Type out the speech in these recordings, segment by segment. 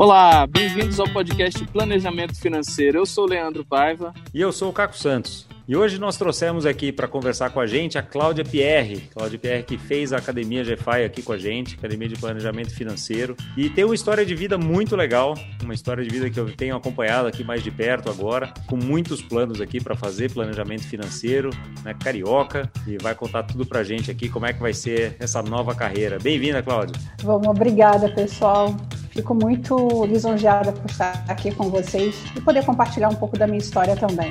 Olá, bem-vindos ao podcast Planejamento Financeiro. Eu sou o Leandro Paiva. E eu sou o Caco Santos. E hoje nós trouxemos aqui para conversar com a gente a Cláudia Pierre. Cláudia Pierre que fez a Academia GFI aqui com a gente, Academia de Planejamento Financeiro. E tem uma história de vida muito legal, uma história de vida que eu tenho acompanhado aqui mais de perto agora, com muitos planos aqui para fazer planejamento financeiro, né, carioca, e vai contar tudo para a gente aqui como é que vai ser essa nova carreira. Bem-vinda, Cláudia. Vamos, obrigada, pessoal. Fico muito lisonjeada por estar aqui com vocês e poder compartilhar um pouco da minha história também.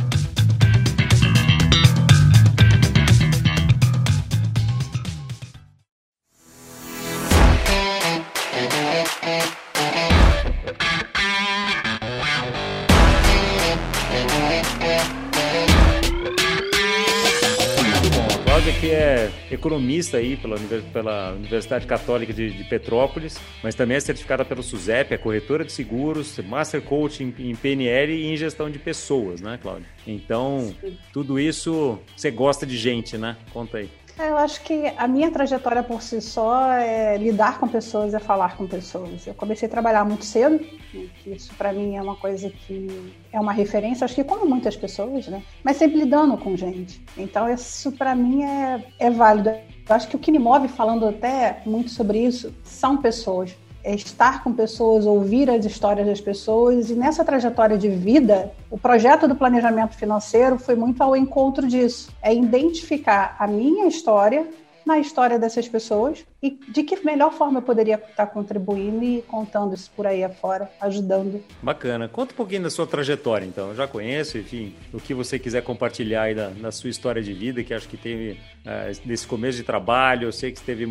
Que é economista aí pela Universidade Católica de Petrópolis, mas também é certificada pelo SUSEP, é corretora de seguros, Master Coach em PNL e em gestão de pessoas, né, Cláudia? Então, tudo isso você gosta de gente, né? Conta aí. Eu acho que a minha trajetória por si só é lidar com pessoas, é falar com pessoas. Eu comecei a trabalhar muito cedo, né, que isso para mim é uma coisa que é uma referência, acho que como muitas pessoas, né? Mas sempre lidando com gente. Então isso para mim é válido. Eu acho que o que me move, falando até muito sobre isso, são pessoas. É estar com pessoas, ouvir as histórias das pessoas, e nessa trajetória de vida, o projeto do planejamento financeiro foi muito ao encontro disso. É identificar a minha história na história dessas pessoas e de que melhor forma eu poderia estar contribuindo e contando isso por aí afora, ajudando. Bacana. Conta um pouquinho da sua trajetória, então. Eu já conheço, enfim, o que você quiser compartilhar aí da sua história de vida, que acho que teve desse começo de trabalho, eu sei que teve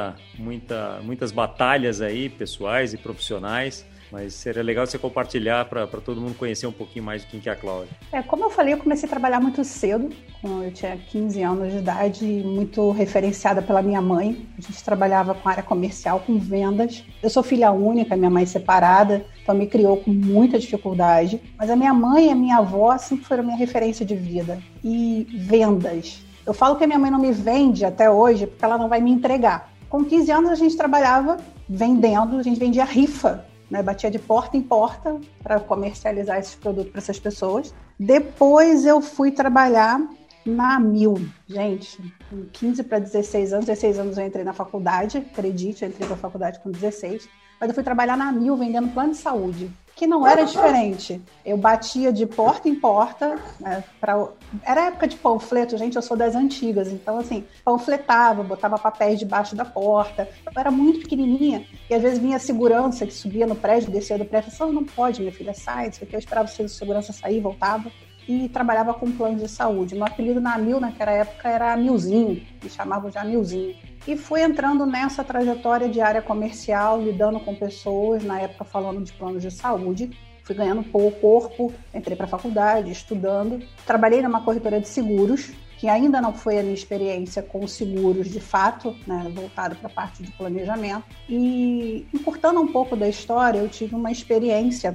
muitas batalhas aí, pessoais e profissionais, mas seria legal você compartilhar para todo mundo conhecer um pouquinho mais de quem que é a Cláudia. Como eu falei, eu comecei a trabalhar muito cedo, quando eu tinha 15 anos de idade, muito referenciada pela minha mãe. A gente trabalhava com área comercial, com vendas. Eu sou filha única, minha mãe separada, então me criou com muita dificuldade. Mas a minha mãe e a minha avó sempre foram a minha referência de vida. E vendas. Eu falo que a minha mãe não me vende até hoje porque ela não vai me entregar. Com 15 anos a gente trabalhava vendendo, a gente vendia rifa, né? Batia de porta em porta para comercializar esses produtos para essas pessoas. Depois eu fui trabalhar na Mil. Gente, com 15 para 16 anos, 16 anos eu entrei na faculdade, acredite, eu entrei na faculdade com 16, mas eu fui trabalhar na Mil vendendo plano de saúde, que não era diferente. Eu batia de porta em porta, né, era época de panfleto, gente, eu sou das antigas, então assim, panfletava, botava papéis debaixo da porta, eu era muito pequenininha, e às vezes vinha a segurança que subia no prédio, descia do prédio, falava, não pode, minha filha, sai, isso aqui, eu esperava o segurança sair, voltava, e trabalhava com planos de saúde. Meu apelido na Mil, naquela época, era Milzinho, me chamavam já Milzinho. E fui entrando nessa trajetória de área comercial, lidando com pessoas, na época falando de planos de saúde. Fui ganhando um pouco corpo, entrei para a faculdade, estudando. Trabalhei numa corretora de seguros, que ainda não foi a minha experiência com seguros de fato, né, voltado para a parte de planejamento. E, encurtando um pouco da história, eu tive uma experiência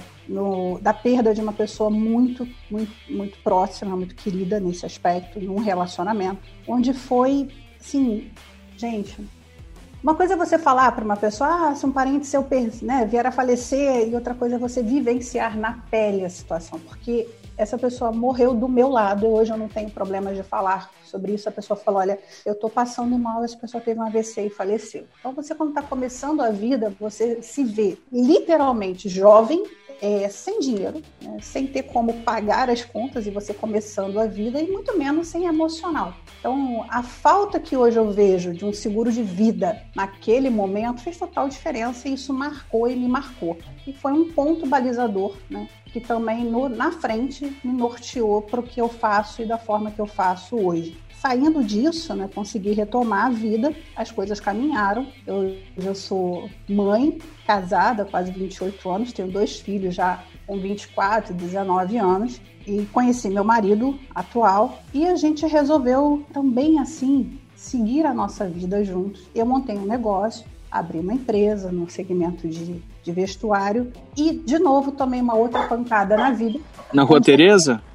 da perda de uma pessoa muito, muito, muito próxima, muito querida nesse aspecto, num relacionamento, onde foi, assim, gente, uma coisa é você falar para uma pessoa, se um parente seu vier a falecer, e outra coisa é você vivenciar na pele a situação, porque essa pessoa morreu do meu lado, hoje eu não tenho problemas de falar sobre isso. A pessoa falou, olha, eu estou passando mal, essa pessoa teve um AVC e faleceu. Então você, quando está começando a vida, você se vê literalmente jovem, sem dinheiro, né, sem ter como pagar as contas, e você começando a vida, e muito menos sem emocional. Então, a falta que hoje eu vejo de um seguro de vida naquele momento fez total diferença, e isso marcou e me marcou. E foi um ponto balizador, né, que também na frente me norteou para o que eu faço e da forma que eu faço hoje. Saindo disso, né, consegui retomar a vida, as coisas caminharam. Eu já sou mãe, casada, quase 28 anos, tenho 2 filhos já com 24 e 19 anos, e conheci meu marido atual, e a gente resolveu também, assim, seguir a nossa vida juntos. Eu montei um negócio, abri uma empresa no segmento de vestuário, e, de novo, tomei uma outra pancada na vida. Na Rua Tereza?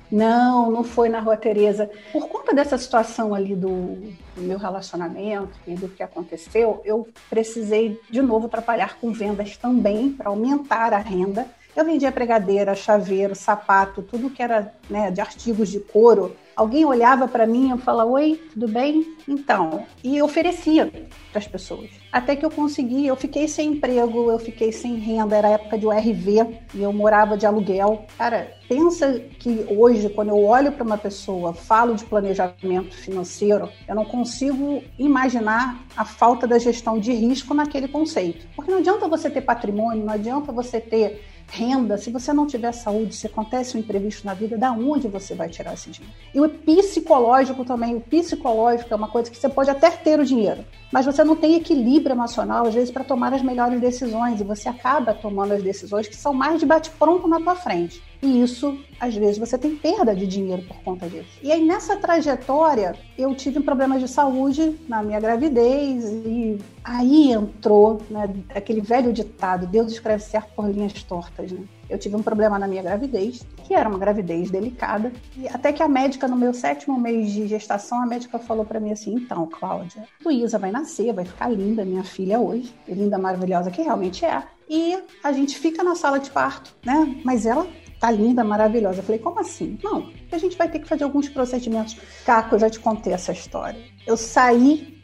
Não foi na Rua Teresa. Por conta dessa situação ali do meu relacionamento e do que aconteceu, eu precisei de novo trabalhar com vendas também para aumentar a renda. Eu vendia pregadeira, chaveiro, sapato, tudo que era, né, de artigos de couro. Alguém olhava para mim e falava, oi, tudo bem? Então, e oferecia para as pessoas. Até que eu consegui, eu fiquei sem emprego, eu fiquei sem renda, era época de URV e eu morava de aluguel. Cara, pensa que hoje, quando eu olho para uma pessoa, falo de planejamento financeiro, eu não consigo imaginar a falta da gestão de risco naquele conceito. Porque não adianta você ter patrimônio, não adianta você ter renda, se você não tiver saúde, se acontece um imprevisto na vida, da onde você vai tirar esse dinheiro? E o psicológico também, o psicológico é uma coisa que você pode até ter o dinheiro, mas você não tem equilíbrio emocional, às vezes, para tomar as melhores decisões, e você acaba tomando as decisões que são mais de bate-pronto na tua frente. E isso, às vezes, você tem perda de dinheiro por conta disso. E aí, nessa trajetória, eu tive problemas de saúde na minha gravidez, e aí entrou, né, aquele velho ditado, Deus escreve certo por linhas tortas, né? Eu tive um problema na minha gravidez, que era uma gravidez delicada, e até que a médica, no meu 7º mês de gestação, a médica falou para mim assim, então, Cláudia, Luísa vai nascer, vai ficar linda, minha filha hoje, linda, maravilhosa, que realmente é, e a gente fica na sala de parto, né, mas ela tá linda, maravilhosa. Eu falei, como assim? Não, a gente vai ter que fazer alguns procedimentos. Caco, eu já te contei essa história. Eu saí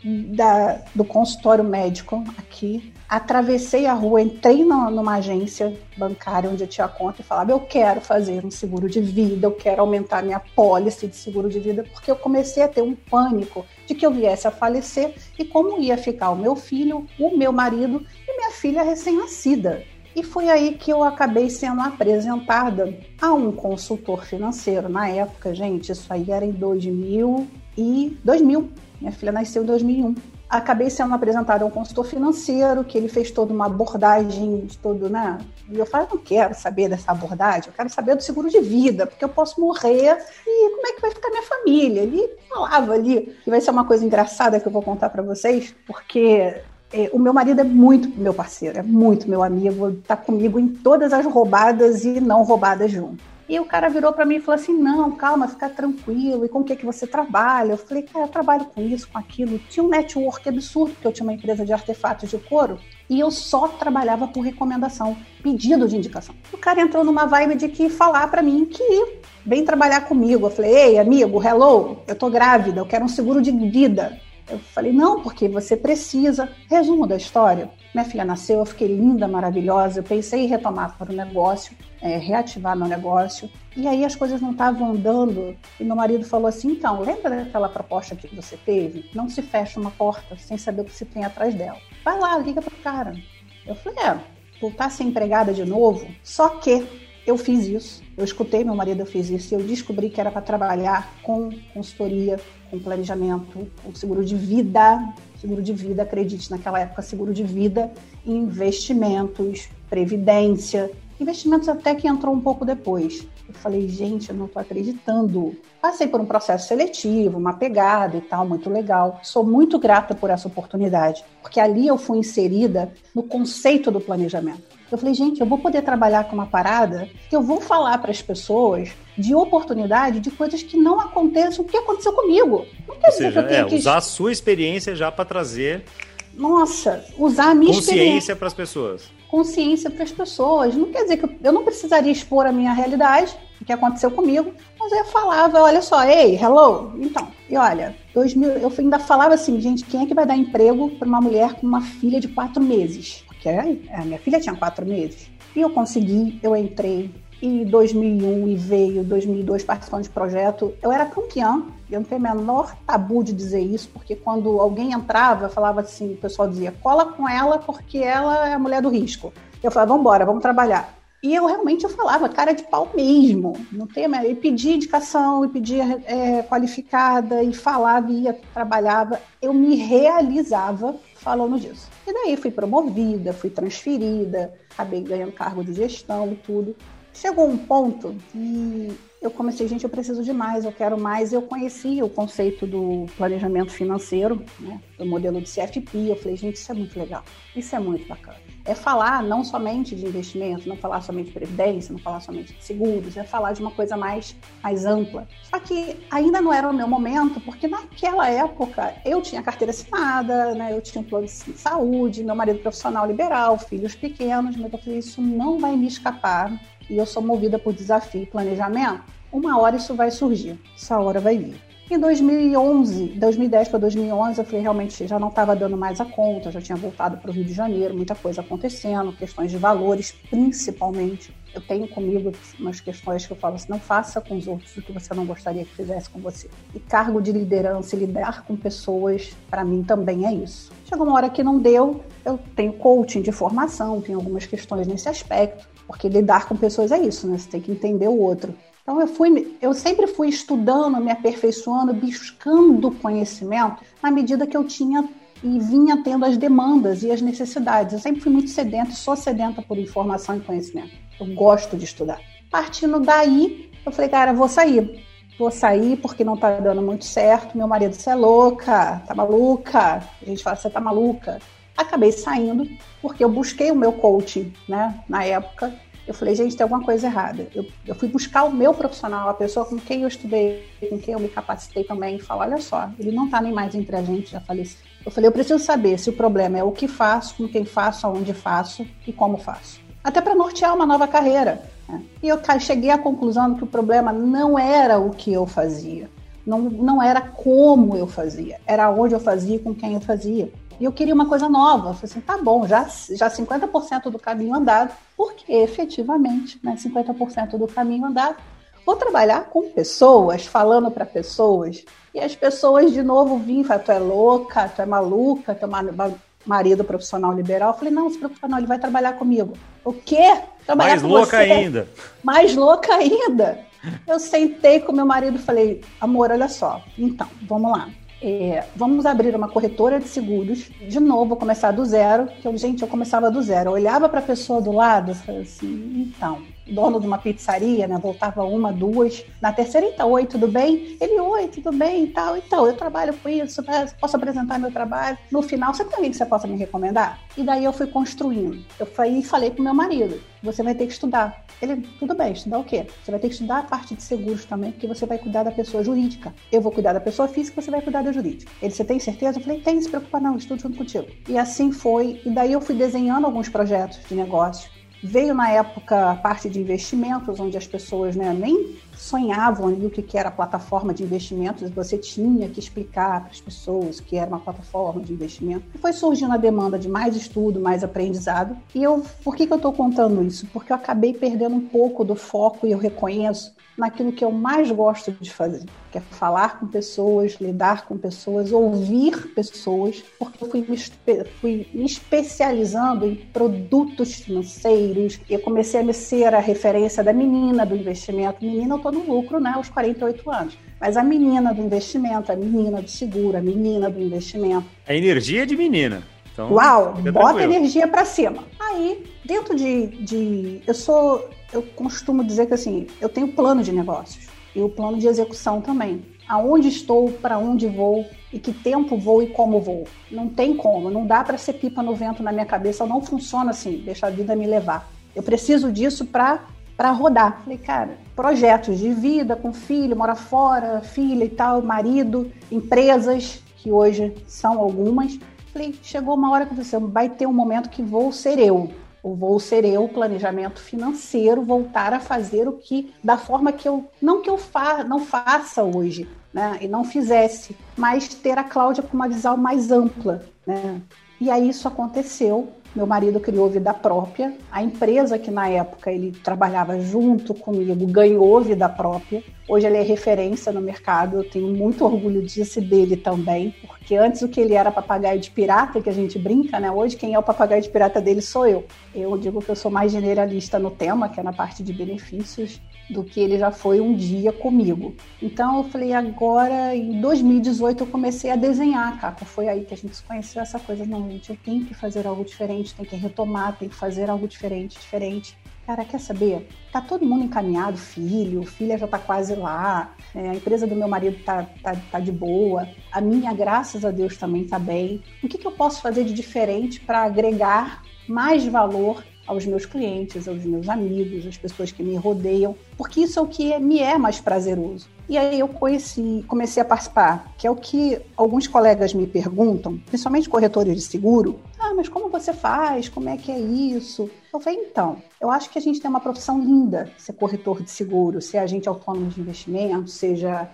do consultório médico aqui, atravessei a rua, entrei numa agência bancária onde eu tinha conta e falava, eu quero fazer um seguro de vida, eu quero aumentar minha pólice de seguro de vida, porque eu comecei a ter um pânico de que eu viesse a falecer e como ia ficar o meu filho, o meu marido e minha filha recém-nascida. E foi aí que eu acabei sendo apresentada a um consultor financeiro. Na época, gente, isso aí era em 2000. Minha filha nasceu em 2001. Acabei sendo apresentada a um consultor financeiro, que ele fez toda uma abordagem, né? E eu falei, não quero saber dessa abordagem, eu quero saber do seguro de vida, porque eu posso morrer e como é que vai ficar minha família? Ele falava ali, e vai ser uma coisa engraçada que eu vou contar para vocês, porque o meu marido é muito meu parceiro, é muito meu amigo, tá comigo em todas as roubadas e não roubadas junto. E o cara virou para mim e falou assim, não, calma, fica tranquilo, e com o que você trabalha? Eu falei, cara, eu trabalho com isso, com aquilo. Tinha um network absurdo, porque eu tinha uma empresa de artefatos de couro, e eu só trabalhava por recomendação, pedido de indicação. O cara entrou numa vibe de que falar para mim que vem trabalhar comigo. Eu falei, ei, amigo, hello, eu tô grávida, eu quero um seguro de vida. Eu falei, não, porque você precisa. Resumo da história. Minha filha nasceu, eu fiquei linda, maravilhosa. Eu pensei em retomar para o negócio, reativar meu negócio. E aí as coisas não estavam andando. E meu marido falou assim, então, lembra daquela proposta que você teve? Não se fecha uma porta sem saber o que se tem atrás dela. Vai lá, liga pro cara. Eu falei, voltar a ser empregada de novo? Só que eu fiz isso. Eu escutei meu marido, eu fiz isso. E eu descobri que era para trabalhar com consultoria, com planejamento, com seguro de vida. Seguro de vida, acredite, naquela época, seguro de vida, investimentos, previdência. Investimentos até que entrou um pouco depois. Eu falei, gente, eu não estou acreditando. Passei por um processo seletivo, uma pegada e tal, muito legal. Sou muito grata por essa oportunidade, porque ali eu fui inserida no conceito do planejamento. Eu falei, gente, eu vou poder trabalhar com uma parada que eu vou falar para as pessoas de oportunidade, de coisas que não acontecem, o que aconteceu comigo. Não quer dizer que eu tenho que usar a sua experiência já para trazer... Nossa, usar a minha consciência para as pessoas. Consciência para as pessoas. Não quer dizer que eu não precisaria expor a minha realidade, o que aconteceu comigo, mas eu falava, olha só, ei, hello. Então, e olha, eu ainda falava assim, gente, quem é que vai dar emprego para uma mulher com uma filha de 4 meses? Porque a minha filha tinha 4 meses. E eu consegui, eu entrei. Em 2001 e veio 2002 participando de projeto, eu era campeã, eu não tenho o menor tabu de dizer isso, porque quando alguém entrava, falava assim, o pessoal dizia, cola com ela porque ela é a mulher do risco. Eu falava, vamos embora, vamos trabalhar. E eu realmente falava, cara de pau mesmo, não tem, e pedia indicação, e pedia qualificada, e falava, ia, trabalhava, eu me realizava falando disso. E daí fui promovida, fui transferida, acabei ganhando cargo de gestão e tudo. Chegou um ponto que eu comecei, gente, eu preciso de mais, eu quero mais. Eu conhecia o conceito do planejamento financeiro, né, do modelo de CFP. Eu falei, gente, isso é muito legal, isso é muito bacana. É falar não somente de investimento, não falar somente de previdência, não falar somente de seguros, é falar de uma coisa mais ampla. Só que ainda não era o meu momento, porque naquela época eu tinha carteira assinada, né, eu tinha um plano de saúde, meu marido profissional liberal, filhos pequenos, mas eu falei, isso não vai me escapar. E eu sou movida por desafio e planejamento, uma hora isso vai surgir, essa hora vai vir. Em 2010 para 2011, eu falei, realmente já não estava dando mais a conta, já tinha voltado para o Rio de Janeiro, muita coisa acontecendo, questões de valores, principalmente. Eu tenho comigo umas questões que eu falo assim, não faça com os outros o que você não gostaria que fizesse com você. E cargo de liderança e lidar com pessoas, para mim também é isso. Chegou uma hora que não deu, eu tenho coaching de formação, tenho algumas questões nesse aspecto, porque lidar com pessoas é isso, né? Você tem que entender o outro. Então eu sempre fui estudando, me aperfeiçoando, buscando conhecimento na medida que eu tinha e vinha tendo as demandas e as necessidades. Eu sempre fui muito sedenta, sou sedenta por informação e conhecimento. Eu gosto de estudar. Partindo daí, eu falei, cara, vou sair porque não tá dando muito certo. Meu marido, você é louca, tá maluca? A gente fala, você tá maluca? Acabei saindo porque eu busquei o meu coaching, né, na época. Eu falei, gente, tem alguma coisa errada. Eu fui buscar o meu profissional, a pessoa com quem eu estudei, com quem eu me capacitei também, e falar, olha só, ele não está nem mais entre a gente, já faleceu. Eu falei, eu preciso saber se o problema é o que faço, com quem faço, aonde faço e como faço. Até para nortear uma nova carreira. Né? E eu cheguei à conclusão que o problema não era o que eu fazia, não era como eu fazia, era onde eu fazia e com quem eu fazia. E eu queria uma coisa nova. Eu falei assim, tá bom, já 50% do caminho andado, porque efetivamente, né, 50% do caminho andado, vou trabalhar com pessoas, falando para pessoas, e as pessoas de novo vinham e falaram, tu é louca, tu é maluca, teu marido profissional liberal. Eu falei, não, esse profissional ele vai trabalhar comigo. O quê? Trabalhar mais louca ainda. Mais louca ainda. Eu sentei com meu marido e falei, amor, olha só, então, vamos lá. Vamos abrir uma corretora de seguros, de novo, vou começar do zero, eu começava do zero, eu olhava para a pessoa do lado, falei assim, então, dono de uma pizzaria, né, voltava uma, duas, na terceira, então, oi, tudo bem? Ele, oi, tudo bem e tal, então, eu trabalho com isso, posso apresentar meu trabalho, no final, você tem alguém que você possa me recomendar? E daí eu fui construindo, eu falei pro meu marido, você vai ter que estudar. Ele, tudo bem, estudar o quê? Você vai ter que estudar a parte de seguros também, porque você vai cuidar da pessoa jurídica. Eu vou cuidar da pessoa física, você vai cuidar da jurídica. Ele, você tem certeza? Eu falei, tem, se preocupa não, estudo junto contigo. E assim foi, e daí eu fui desenhando alguns projetos de negócio. Veio na época a parte de investimentos, onde as pessoas, né, nem sonhavam ali o que era a plataforma de investimentos, você tinha que explicar para as pessoas que era uma plataforma de investimento. E foi surgindo a demanda de mais estudo, mais aprendizado. E por que eu estou contando isso? Porque eu acabei perdendo um pouco do foco, e eu reconheço, naquilo que eu mais gosto de fazer, que é falar com pessoas, lidar com pessoas, ouvir pessoas, porque eu fui me especializando em produtos financeiros, e eu comecei a ser a referência da menina do investimento. Menina, eu estou no lucro, né, aos 48 anos. Mas a menina do investimento, a menina do seguro, a menina do investimento. A energia é de menina. Então, uau, bota energia para cima. Aí, dentro eu costumo dizer que assim, eu tenho plano de negócios e o plano de execução também. Aonde estou, para onde vou e que tempo vou e como vou. Não tem como, não dá para ser pipa no vento na minha cabeça, não funciona assim, deixa a vida me levar. Eu preciso disso para rodar. Falei, cara, projetos de vida com filho, mora fora, filha e tal, marido, empresas, que hoje são algumas. Falei, chegou uma hora que você vai ter um momento que vou ser eu. Ou vou ser eu, planejamento financeiro, voltar a fazer o que, da forma que eu não faça hoje, né? E não fizesse, mas ter a Cláudia com uma visão mais ampla, né? E aí isso aconteceu. Meu marido criou vida própria. A empresa que na época ele trabalhava junto comigo ganhou vida própria. Hoje ele é referência no mercado. Eu tenho muito orgulho disso e dele também. Porque antes o que ele era papagaio de pirata, que a gente brinca, né? Hoje quem é o papagaio de pirata dele sou eu. Eu digo que eu sou mais generalista no tema, que é na parte de benefícios, do que ele já foi um dia comigo. Então eu falei, agora em 2018 eu comecei a desenhar, Caco. Foi aí que a gente se conheceu, essa coisa, não, gente, eu tenho que fazer algo diferente, tem que retomar, tem que fazer algo diferente. Cara, quer saber? Tá todo mundo encaminhado, filha já tá quase lá, a empresa do meu marido tá de boa, a minha, graças a Deus, também tá bem. O que eu posso fazer de diferente para agregar mais valor aos meus clientes, aos meus amigos, às pessoas que me rodeiam, porque isso é o que me é mais prazeroso. E aí eu comecei a participar, que é o que alguns colegas me perguntam, principalmente corretores de seguro. Mas como você faz? Como é que é isso? Eu falei, então, eu acho que a gente tem uma profissão linda, ser corretor de seguro, ser agente autônomo de investimento, seja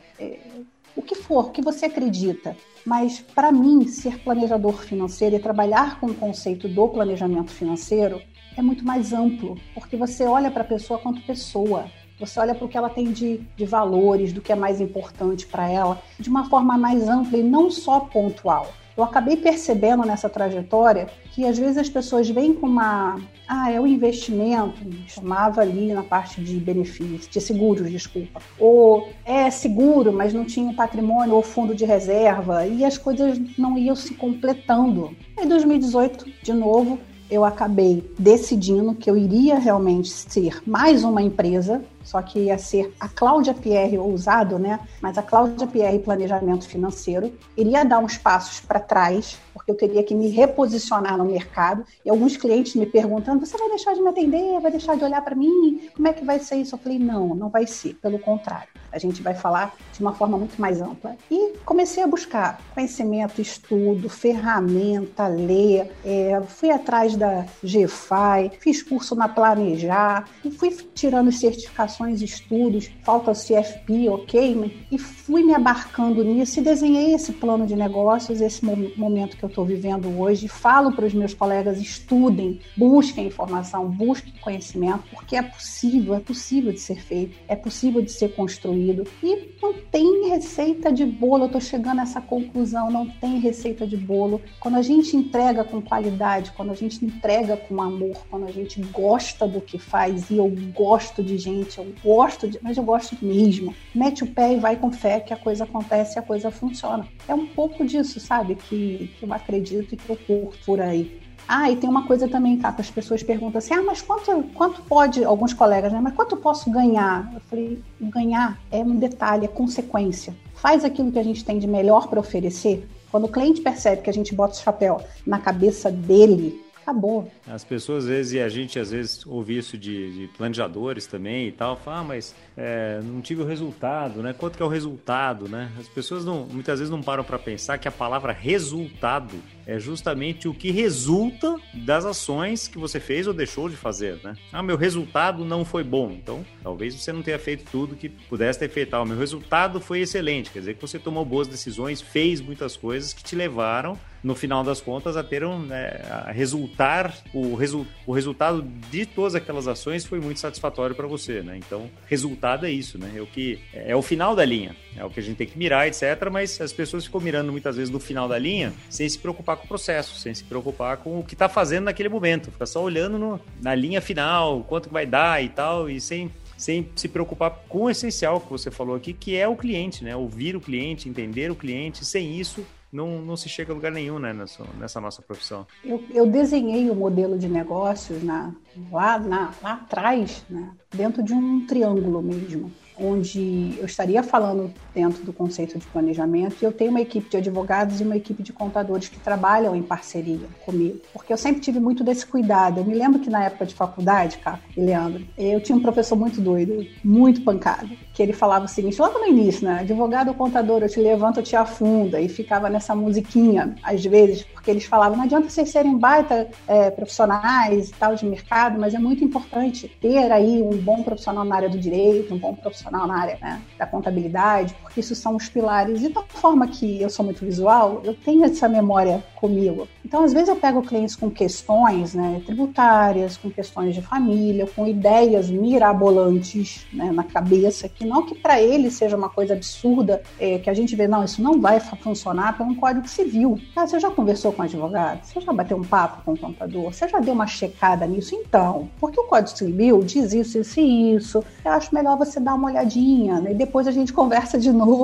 o que for, o que você acredita. Mas, para mim, ser planejador financeiro e trabalhar com o conceito do planejamento financeiro é muito mais amplo, porque você olha para a pessoa quanto pessoa. Você olha para o que ela tem de valores, do que é mais importante para ela, de uma forma mais ampla e não só pontual. Eu acabei percebendo nessa trajetória que às vezes as pessoas vêm com é um investimento, chamava ali na parte de benefícios, de seguros, desculpa. Ou é seguro, mas não tinha um patrimônio ou fundo de reserva, e as coisas não iam se completando. Em 2018, de novo, eu acabei decidindo que eu iria realmente ser mais uma empresa, só que ia ser a Cláudia Pierre ousado, né? Mas a Cláudia Pierre Planejamento Financeiro iria dar uns passos para trás, porque eu teria que me reposicionar no mercado. E alguns clientes me perguntando, você vai deixar de me atender? Vai deixar de olhar para mim? Como é que vai ser isso? Eu falei, não vai ser, pelo contrário. A gente vai falar de uma forma muito mais ampla. E comecei a buscar conhecimento, estudo, ferramenta, ler. Fui atrás da GFI, fiz curso na Planejar, e fui tirando certificações, estudos, falta o CFP, ok? E fui me abarcando nisso e desenhei esse plano de negócios, esse momento que eu estou vivendo hoje. Falo para os meus colegas, estudem, busquem informação, busquem conhecimento, porque é possível de ser feito, é possível de ser construído. E não tem receita de bolo, eu estou chegando a essa conclusão, não tem receita de bolo. Quando a gente entrega com qualidade, quando a gente entrega com amor, quando a gente gosta do que faz, e eu gosto de gente, mas eu gosto mesmo. Mete o pé e vai com fé que a coisa acontece e a coisa funciona. É um pouco disso, sabe, que eu acredito e que eu curto por aí. E tem uma coisa também, Caco, as pessoas perguntam assim, mas quanto pode, alguns colegas, né, mas quanto posso ganhar? Eu falei, ganhar é um detalhe, é consequência. Faz aquilo que a gente tem de melhor para oferecer. Quando o cliente percebe que a gente bota o chapéu na cabeça dele, acabou. As pessoas, às vezes, e a gente às vezes ouve isso de planejadores também e tal, fala, mas não tive o resultado, né? Quanto que é o resultado, né? As pessoas muitas vezes não param para pensar que a palavra resultado é justamente o que resulta das ações que você fez ou deixou de fazer, né? Meu resultado não foi bom, então talvez você não tenha feito tudo que pudesse ter feito. Meu resultado foi excelente, quer dizer que você tomou boas decisões, fez muitas coisas que te levaram, no final das contas, a resultar, o resultado de todas aquelas ações foi muito satisfatório para você, né? Então, resultado é isso, né? É o final da linha, é o que a gente tem que mirar, etc. Mas as pessoas ficam mirando muitas vezes no final da linha sem se preocupar com o processo, sem se preocupar com o que está fazendo naquele momento. Fica só olhando na linha final, quanto que vai dar e tal, e sem se preocupar com o essencial que você falou aqui, que é o cliente, né? Ouvir o cliente, entender o cliente. Sem isso, não se chega a lugar nenhum, né, nessa nossa profissão. Eu desenhei o modelo de negócios lá atrás, né, dentro de um triângulo mesmo, onde eu estaria falando dentro do conceito de planejamento, e eu tenho uma equipe de advogados e uma equipe de contadores que trabalham em parceria comigo, porque eu sempre tive muito desse cuidado. Eu me lembro que na época de faculdade, Caco e Leandro, eu tinha um professor muito doido, muito pancado, que ele falava o seguinte, logo no início, né, advogado ou contador, eu te levanto, eu te afunda, e ficava nessa musiquinha, às vezes, porque eles falavam, não adianta vocês serem baita profissionais e tal de mercado, mas é muito importante ter aí um bom profissional na área do direito, um bom profissional na área, né, da contabilidade, porque isso são os pilares. E da forma que eu sou muito visual, eu tenho essa memória comigo. Então, às vezes eu pego clientes com questões, né, tributárias, com questões de família, com ideias mirabolantes, né, na cabeça, que não que para ele seja uma coisa absurda, que a gente vê, não, isso não vai funcionar pelo Código Civil. Você já conversou com um advogado? Você já bateu um papo com um contador? Você já deu uma checada nisso? Então, porque o Código Civil diz isso, isso e isso. Eu acho melhor você dar uma olhadinha, né, e depois a gente conversa de novo.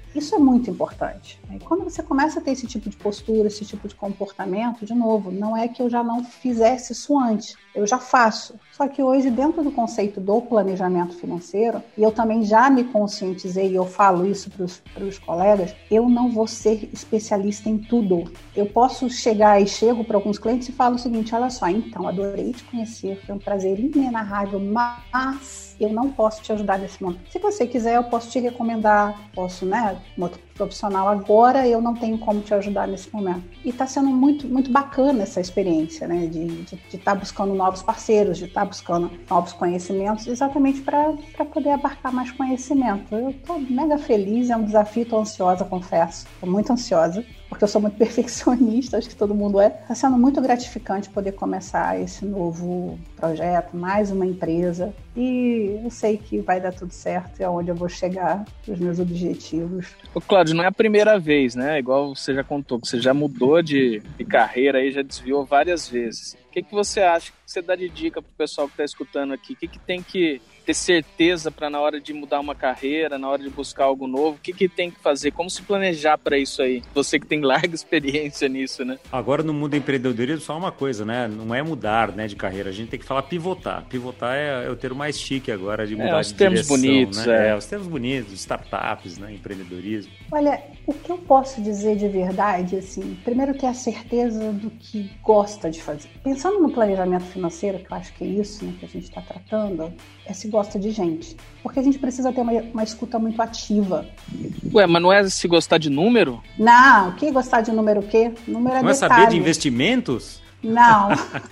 Isso é muito importante. E quando você começa a ter esse tipo de postura, esse tipo de comportamento, de novo, não é que eu já não fizesse isso antes, eu já faço. Só que hoje, dentro do conceito do planejamento financeiro, e eu também já me conscientizei, e eu falo isso para os colegas, eu não vou ser especialista em tudo. Eu posso chegar e chego para alguns clientes e falo o seguinte, olha só, então, adorei te conhecer, foi um prazer inenarrável, mas eu não posso te ajudar nesse momento. Se você quiser, eu posso te recomendar, posso, um outro profissional. Agora eu não tenho como te ajudar nesse momento. E está sendo muito, muito bacana essa experiência, né? De estar buscando novos parceiros, de estar buscando novos conhecimentos, exatamente para poder abarcar mais conhecimento. Eu estou mega feliz, é um desafio, estou ansiosa, confesso. Estou muito ansiosa, porque eu sou muito perfeccionista, acho que todo mundo é. Está sendo muito gratificante poder começar esse novo projeto, mais uma empresa. E eu sei que vai dar tudo certo, é onde eu vou chegar, os meus objetivos. Ô, Cláudio, não é a primeira vez, né? Igual você já contou, que você já mudou de carreira aí, já desviou várias vezes. O que você acha que você dá de dica pro pessoal que está escutando aqui? O que tem que ter certeza para na hora de mudar uma carreira, na hora de buscar algo novo? O que tem que fazer? Como se planejar para isso aí? Você que tem larga experiência nisso, né? Agora no mundo empreendedorismo só uma coisa, né? Não é mudar, né, de carreira. A gente tem que falar pivotar. Pivotar é o termo mais chique agora de mudar de direção. Os termos bonitos, né? Os termos bonitos, startups, né? Empreendedorismo. Olha, o que eu posso dizer de verdade, assim, primeiro ter a certeza do que gosta de fazer. Pensando no planejamento financeiro, que eu acho que é isso, né, que a gente está tratando, é se gosta de gente. Porque a gente precisa ter uma escuta muito ativa. Ué, mas não é se gostar de número? Não, o que gostar de número o quê? Número é não detalhe. É saber de investimentos? Não,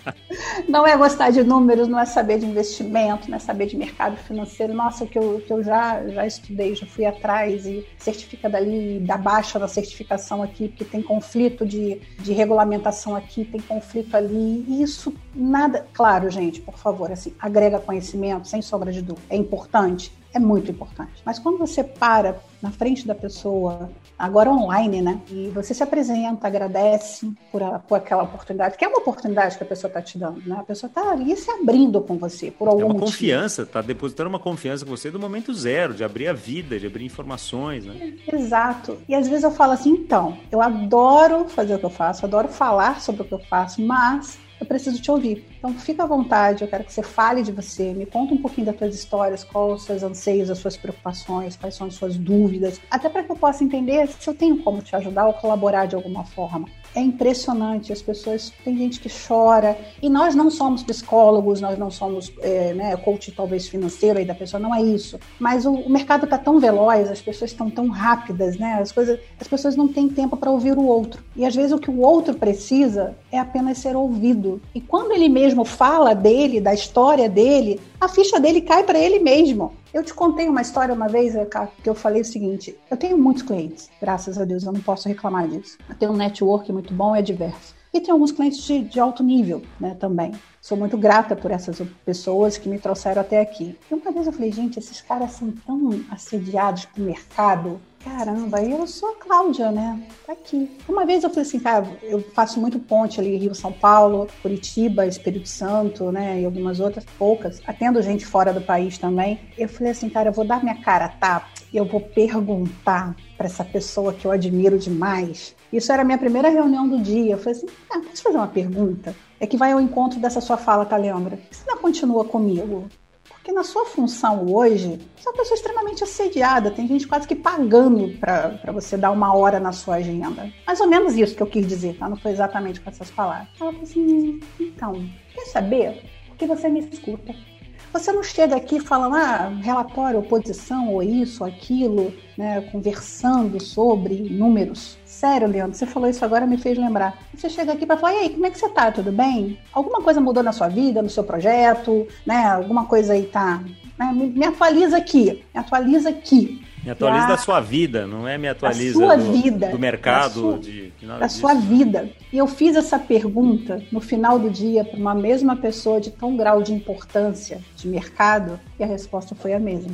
não é gostar de números, não é saber de investimento, não é saber de mercado financeiro. Nossa, o que eu já estudei, já fui atrás e certifica dali, dá baixa na certificação aqui, porque tem conflito de regulamentação aqui, tem conflito ali. E isso nada, claro, gente, por favor, assim, agrega conhecimento, sem sombra de dúvida, é importante. É muito importante. Mas quando você para na frente da pessoa, agora online, né? E você se apresenta, agradece por aquela oportunidade, que é uma oportunidade que a pessoa está te dando, né? A pessoa está ali se abrindo com você por algum motivo. É uma confiança, está depositando uma confiança com você do momento zero, de abrir a vida, de abrir informações, né? Exato. E às vezes eu falo assim, então, eu adoro fazer o que eu faço, adoro falar sobre o que eu faço, mas eu preciso te ouvir. Então, fica à vontade, eu quero que você fale de você, me conta um pouquinho das suas histórias, quais os seus anseios, as suas preocupações, quais são as suas dúvidas, até para que eu possa entender se eu tenho como te ajudar ou colaborar de alguma forma. É impressionante, as pessoas, tem gente que chora, e nós não somos psicólogos, nós não somos coach talvez financeiro aí da pessoa, não é isso, mas o mercado está tão veloz, as pessoas estão tão rápidas, né? As pessoas não têm tempo para ouvir o outro, e às vezes o que o outro precisa é apenas ser ouvido, e quando ele mesmo fala dele, da história dele, a ficha dele cai para ele mesmo. Eu te contei uma história uma vez, que eu falei o seguinte, eu tenho muitos clientes, graças a Deus, eu não posso reclamar disso. Eu tenho um network muito bom, é diverso. E tem alguns clientes de alto nível, né, também. Sou muito grata por essas pessoas que me trouxeram até aqui. E uma vez eu falei, gente, esses caras são tão assediados pro mercado. Caramba, eu sou a Cláudia, né? Tá aqui. Uma vez eu falei assim, cara, eu faço muito ponte ali, Rio, São Paulo, Curitiba, Espírito Santo, né? E algumas outras, poucas. Atendo gente fora do país também. Eu falei assim, cara, eu vou dar minha cara a tapa e eu vou perguntar para essa pessoa que eu admiro demais. Isso era a minha primeira reunião do dia. Eu falei assim, posso fazer uma pergunta? É que vai ao encontro dessa sua fala, tá, Leandra? Você não continua comigo? Porque na sua função hoje, você é uma pessoa extremamente assediada, tem gente quase que pagando para você dar uma hora na sua agenda. Mais ou menos isso que eu quis dizer, tá? Não foi exatamente com essas palavras. Ela falou assim, então, quer saber? Porque você me escuta. Você não chega aqui falando, relatório, oposição, ou isso, ou aquilo, né, conversando sobre números. Sério, Leandro, você falou isso agora, me fez lembrar. Você chega aqui para falar, e aí, como é que você tá? Tudo bem? Alguma coisa mudou na sua vida, no seu projeto, né? Alguma coisa aí tá... Né? Me atualiza aqui, me atualiza aqui. Me atualiza da sua vida, não é me atualiza do mercado. Da sua vida. E eu fiz essa pergunta no final do dia para uma mesma pessoa de tão grau de importância de mercado e a resposta foi a mesma.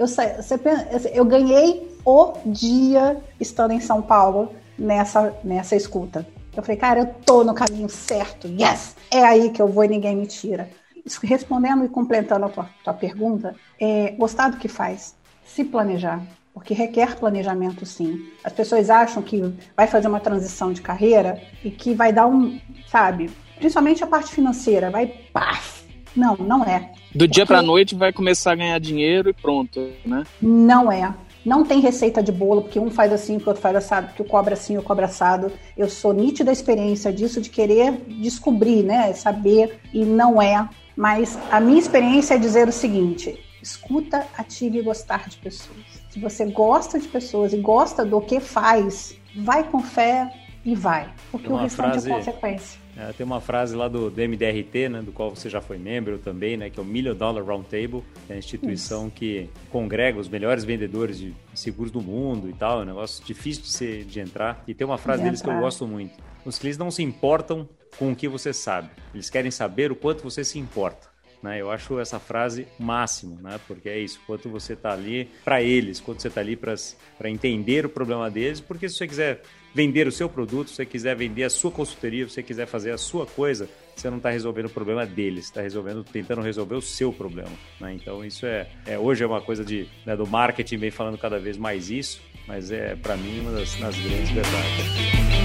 Eu ganhei o dia estando em São Paulo nessa escuta. Eu falei, cara, eu tô no caminho certo, yes! É aí que eu vou e ninguém me tira. Respondendo e completando a tua pergunta, gostar do que faz, se planejar, porque requer planejamento, sim. As pessoas acham que vai fazer uma transição de carreira e que vai dar sabe, principalmente a parte financeira, vai paf. Não, não é. Do dia para a noite vai começar a ganhar dinheiro e pronto, né? Não é. Não tem receita de bolo, porque um faz assim, o outro faz assado, porque o cobra assim, o cobra assado. Eu sou nítida experiência disso, de querer descobrir, né, saber, e não é. Mas a minha experiência é dizer o seguinte: escuta, ative e gostar de pessoas. Se você gosta de pessoas e gosta do que faz, vai com fé e vai, porque o restante é consequência. Tem uma frase lá do MDRT, né, do qual você já foi membro também, né, que é o Million Dollar Roundtable, que é a instituição que congrega os melhores vendedores de seguros do mundo e tal, é um negócio difícil de entrar. E tem uma frase deles que eu gosto muito: os clientes não se importam com o que você sabe, eles querem saber o quanto você se importa. Eu acho essa frase máximo, né? Porque é isso, quanto você está ali para eles, quanto você está ali para entender o problema deles, porque se você quiser vender o seu produto, se você quiser vender a sua consultoria, se você quiser fazer a sua coisa, você não está resolvendo o problema deles, está tentando resolver o seu problema, né? Então isso hoje é uma coisa do marketing, vem falando cada vez mais isso, mas é para mim uma das grandes verdades.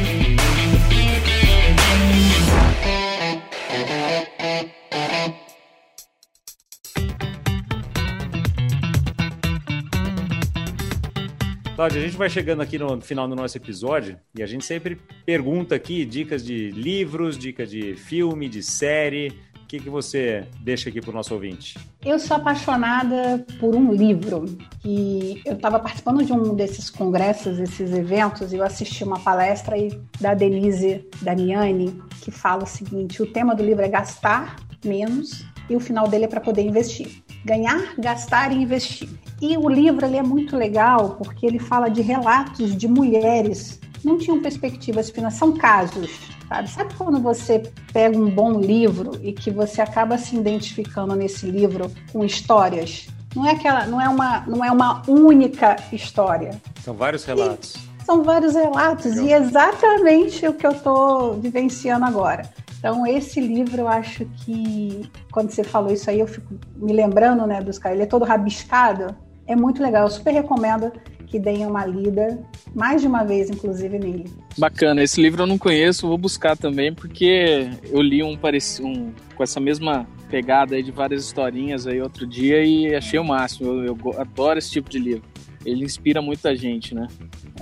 Cláudia, a gente vai chegando aqui no final do nosso episódio e a gente sempre pergunta aqui dicas de livros, dicas de filme, de série. O que você deixa aqui para o nosso ouvinte? Eu sou apaixonada por um livro que eu estava participando de um desses congressos, desses eventos, e eu assisti uma palestra da Denise Damiani, que fala o seguinte: o tema do livro é gastar menos e o final dele é para poder investir. Ganhar, gastar e investir. E o livro ele é muito legal porque ele fala de relatos de mulheres que não tinham perspectivas financeiras, são casos, sabe? Sabe quando você pega um bom livro e que você acaba se identificando nesse livro com histórias? Não é uma única história. São vários relatos. São vários relatos e é exatamente o que eu estou vivenciando agora. Então, esse livro, eu acho que, quando você falou isso aí, eu fico me lembrando, né, dos caras. Ele é todo rabiscado, é muito legal. Eu super recomendo que deem uma lida, mais de uma vez, inclusive, nele. Bacana, esse livro eu não conheço, vou buscar também, porque eu li um com essa mesma pegada aí de várias historinhas aí outro dia e achei o máximo. Eu adoro esse tipo de livro. Ele inspira muita gente, né?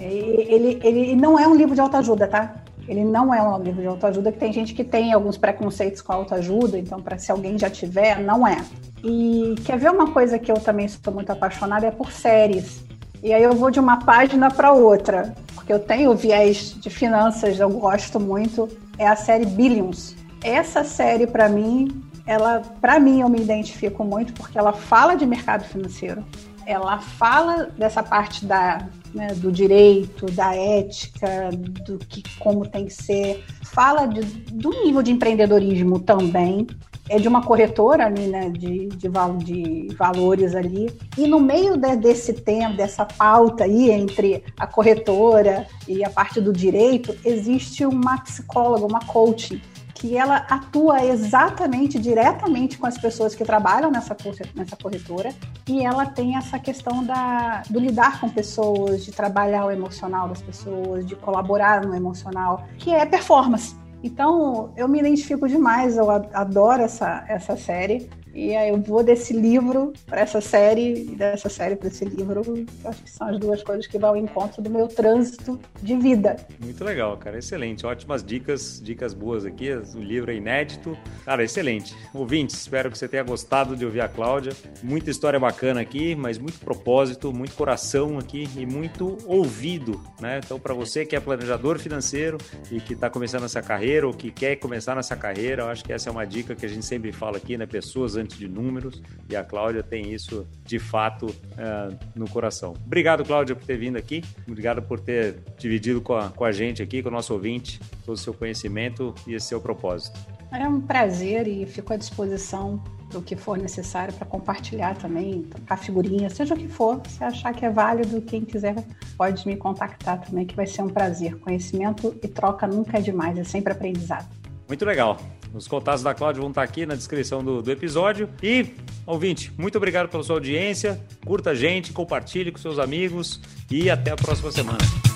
Ele não é um livro de autoajuda, tá? Ele não é um livro de autoajuda, que tem gente que tem alguns preconceitos com a autoajuda, então, se alguém já tiver, não é. E quer ver uma coisa que eu também estou muito apaixonada? É por séries. E aí eu vou de uma página para outra, porque eu tenho o viés de finanças, eu gosto muito, é a série Billions. Essa série, para mim, eu me identifico muito, porque ela fala de mercado financeiro. Ela fala dessa parte do direito, da ética, como tem que ser. Fala do nível de empreendedorismo também. É de uma corretora ali, né, de valores ali. E no meio desse tema, dessa pauta aí entre a corretora e a parte do direito, existe uma psicóloga, uma coach, que ela atua diretamente com as pessoas que trabalham nessa corretora, e ela tem essa questão do lidar com pessoas, de trabalhar o emocional das pessoas, de colaborar no emocional, que é performance. Então, eu me identifico demais, eu adoro essa série. E aí eu vou desse livro para essa série, e dessa série para esse livro. Eu acho que são as duas coisas que vão ao encontro do meu trânsito de vida. Muito legal, cara. Excelente. Ótimas dicas boas aqui. O livro é inédito. Cara, excelente. Ouvintes, espero que você tenha gostado de ouvir a Cláudia. Muita história bacana aqui, mas muito propósito, muito coração aqui e muito ouvido, né? Então, para você que é planejador financeiro e que está começando essa carreira ou que quer começar nessa carreira, eu acho que essa é uma dica que a gente sempre fala aqui, né? Pessoas antes de números, e a Cláudia tem isso de fato no coração. Obrigado, Cláudia, por ter vindo aqui, obrigado por ter dividido com a gente aqui, com o nosso ouvinte, todo o seu conhecimento e esse seu propósito. É um prazer e fico à disposição do que for necessário para compartilhar também, trocar figurinha, seja o que for, se achar que é válido, quem quiser pode me contactar também, que vai ser um prazer. Conhecimento e troca nunca é demais, é sempre aprendizado. Muito legal. Os contatos da Cláudia vão estar aqui na descrição do episódio. E, ouvinte, muito obrigado pela sua audiência. Curta a gente, compartilhe com seus amigos e até a próxima semana.